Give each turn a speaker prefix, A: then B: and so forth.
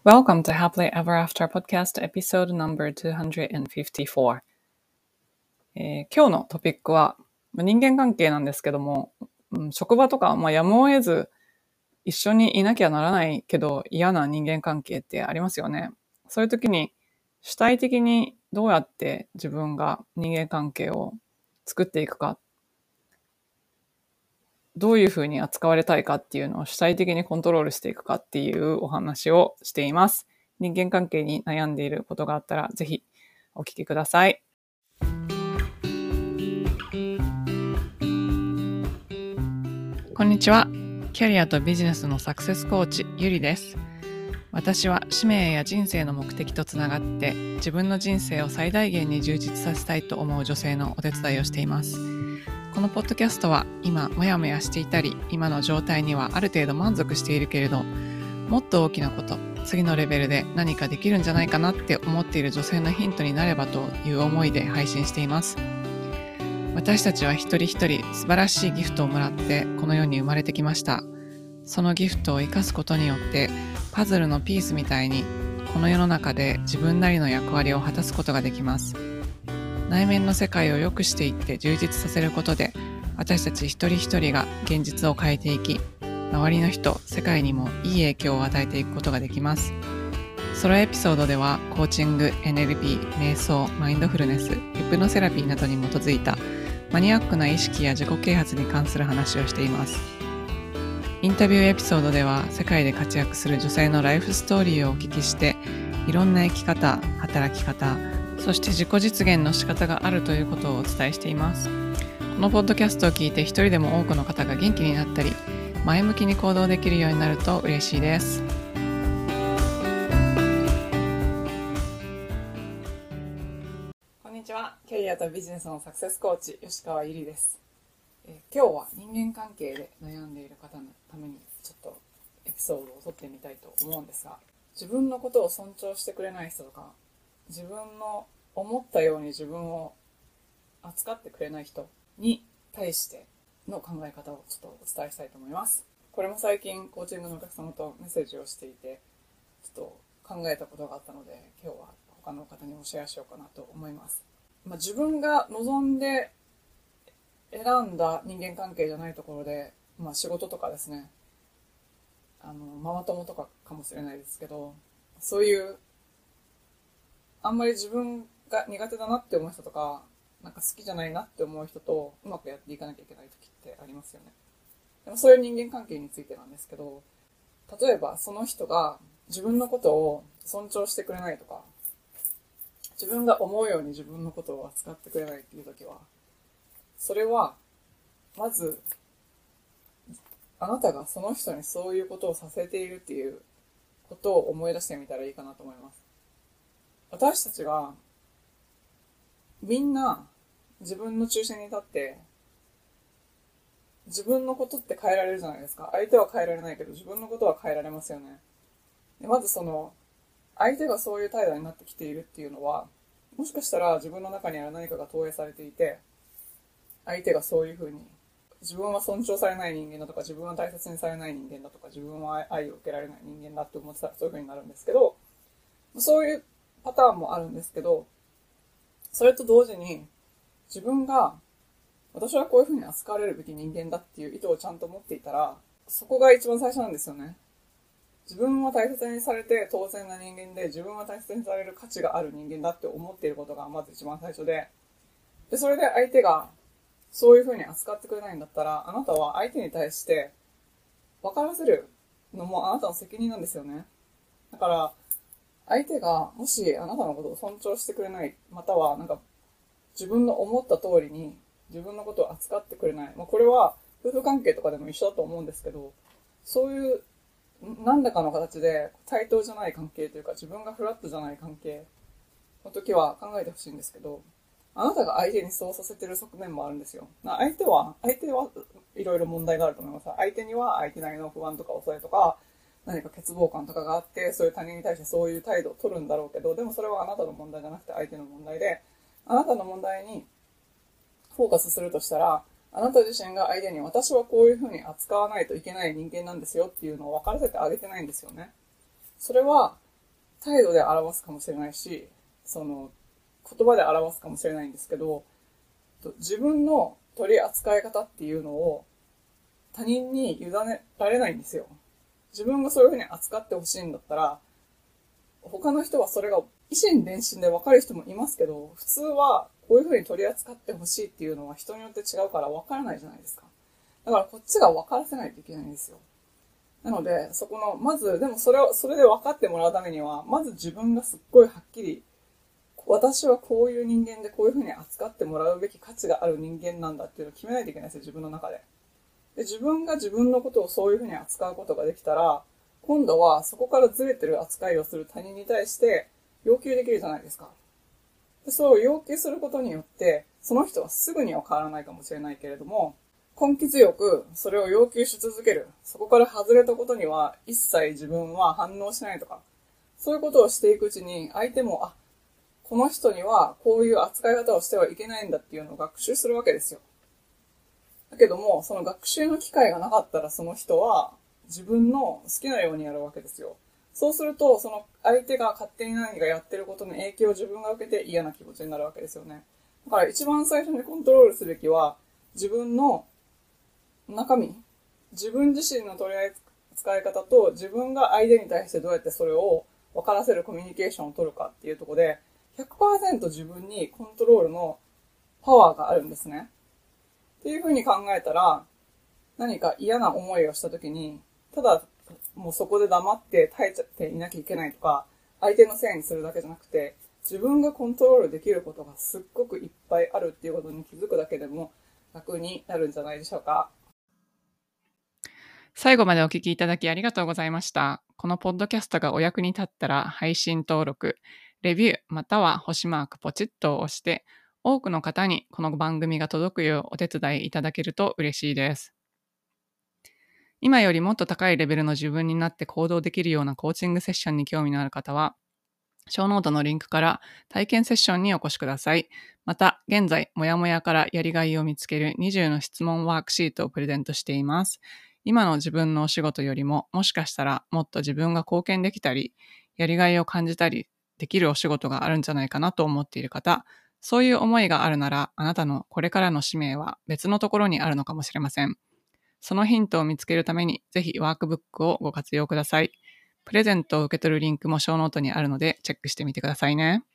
A: Welcome to Happily Ever After Podcast Episode No.254、今日のトピックは人間関係なんですけども、職場とか、やむを得ず一緒にいなきゃならないけど嫌な人間関係ってありますよね。そういう時に主体的にどうやって自分が人間関係を作っていくか、どういうふうに扱われたいかっていうのを主体的にコントロールしていくかっていうお話をしています。人間関係に悩んでいることがあったらぜひお聞きください。こんにちは。キャリアとビジネスのサクセスコーチゆりです。私は使命や人生の目的とつながって自分の人生を最大限に充実させたいと思う女性のお手伝いをしています。このポッドキャストは今もやもやしていたり、今の状態にはある程度満足しているけれど、もっと大きなこと、次のレベルで何かできるんじゃないかなって思っている女性のヒントになればという思いで配信しています。私たちは一人一人素晴らしいギフトをもらってこの世に生まれてきました。そのギフトを生かすことによってパズルのピースみたいにこの世の中で自分なりの役割を果たすことができます。内面の世界を良くしていって充実させることで私たち一人一人が現実を変えていき、周りの人、世界にもいい影響を与えていくことができます。ソロエピソードではコーチング、NLP、瞑想、マインドフルネス、ヒプノセラピーなどに基づいたマニアックな意識や自己啓発に関する話をしています。インタビューエピソードでは世界で活躍する女性のライフストーリーをお聞きして、いろんな生き方、働き方、そして自己実現の仕方があるということをお伝えしています。このポッドキャストを聞いて一人でも多くの方が元気になったり、前向きに行動できるようになると嬉しいです。こんにちは。キャリアとビジネスのサクセスコーチ、吉川ゆりです。今日は人間関係で悩んでいる方のためにちょっとエピソードを撮ってみたいと思うんですが、自分のことを尊重してくれない人とか、自分の思ったように自分を扱ってくれない人に対しての考え方をちょっとお伝えしたいと思います。これも最近コーチングのお客様とメッセージをしていて、ちょっと考えたことがあったので、今日は他の方にもシェアしようかなと思います。自分が望んで選んだ人間関係じゃないところで、仕事とかですね、ママ友とかかもしれないですけど、そういうあんまり自分が苦手だなって思う人とか、なんか好きじゃないなって思う人とうまくやっていかなきゃいけない時ってありますよね。でもそういう人間関係についてなんですけど、例えばその人が自分のことを尊重してくれないとか、自分が思うように自分のことを扱ってくれないっていう時は、それはまずあなたがその人にそういうことをさせているっていうことを思い出してみたらいいかなと思います。私たちがみんな自分の中心に立って自分のことって変えられるじゃないですか。相手は変えられないけど自分のことは変えられますよね。でまずその相手がそういう態度になってきているっていうのは、もしかしたら自分の中にある何かが投影されていて、相手がそういうふうに自分は尊重されない人間だとか、自分は大切にされない人間だとか、自分は愛を受けられない人間だって思ってたらそういうふうになるんですけど、そういうパターンもあるんですけど、それと同時に自分が私はこういうふうに扱われるべき人間だっていう意図をちゃんと持っていたら、そこが一番最初なんですよね。自分は大切にされて当然な人間で、自分は大切にされる価値がある人間だって思っていることがまず一番最初で、それで相手がそういうふうに扱ってくれないんだったら、あなたは相手に対して分からせるのもあなたの責任なんですよね。だから相手がもしあなたのことを尊重してくれない、またはなんか自分の思った通りに自分のことを扱ってくれない、これは夫婦関係とかでも一緒だと思うんですけど、そういう何らかの形で対等じゃない関係というか、自分がフラットじゃない関係の時は考えてほしいんですけど、あなたが相手にそうさせてる側面もあるんですよ。相手はいろいろ問題があると思います。相手には相手なりの不安とか恐れとか、何か欠乏感とかがあって、そういう他人に対してそういう態度を取るんだろうけど、でもそれはあなたの問題じゃなくて相手の問題で、あなたの問題にフォーカスするとしたら、あなた自身が相手に私はこういうふうに扱わないといけない人間なんですよっていうのを分からせてあげてないんですよね。それは態度で表すかもしれないし、その言葉で表すかもしれないんですけど、自分の取り扱い方っていうのを他人に委ねられないんですよ。自分がそういうふうに扱ってほしいんだったら、他の人はそれが以心伝心で分かる人もいますけど、普通はこういうふうに取り扱ってほしいっていうのは人によって違うから分からないじゃないですか。だからこっちが分からせないといけないんですよ。なので、まず、でもそれで分かってもらうためには、まず自分がすっごいはっきり、私はこういう人間でこういうふうに扱ってもらうべき価値がある人間なんだっていうのを決めないといけないんですよ、自分の中で。で、自分が自分のことをそういうふうに扱うことができたら、今度はそこからずれてる扱いをする他人に対して要求できるじゃないですか。で、そう要求することによって、その人はすぐには変わらないかもしれないけれども、根気強くそれを要求し続ける。そこから外れたことには一切自分は反応しないとか、そういうことをしていくうちに相手も、この人にはこういう扱い方をしてはいけないんだっていうのを学習するわけですよ。だけども、その学習の機会がなかったらその人は自分の好きなようにやるわけですよ。そうすると、その相手が勝手に何かやってることの影響を自分が受けて嫌な気持ちになるわけですよね。だから一番最初にコントロールすべきは、自分の中身、自分自身の取り扱い方と自分が相手に対してどうやってそれを分からせるコミュニケーションを取るかっていうところで、100% 自分にコントロールのパワーがあるんですね。っていうふうに考えたら、何か嫌な思いをしたときに、ただもうそこで黙って耐えちゃっていなきゃいけないとか、相手のせいにするだけじゃなくて、自分がコントロールできることがすっごくいっぱいあるっていうことに気づくだけでも楽になるんじゃないでしょうか。
B: 最後までお聞きいただきありがとうございました。このポッドキャストがお役に立ったら配信登録、レビューまたは星マークポチッとを押して多くの方にこの番組が届くようお手伝いいただけると嬉しいです。今よりもっと高いレベルの自分になって行動できるようなコーチングセッションに興味のある方は、ショーノートのリンクから体験セッションにお越しください。また、現在、もやもやからやりがいを見つける20の質問ワークシートをプレゼントしています。今の自分のお仕事よりも、もしかしたらもっと自分が貢献できたり、やりがいを感じたりできるお仕事があるんじゃないかなと思っている方、そういう思いがあるなら、あなたのこれからの使命は別のところにあるのかもしれません。そのヒントを見つけるために、ぜひワークブックをご活用ください。プレゼントを受け取るリンクもショーノートにあるのでチェックしてみてくださいね。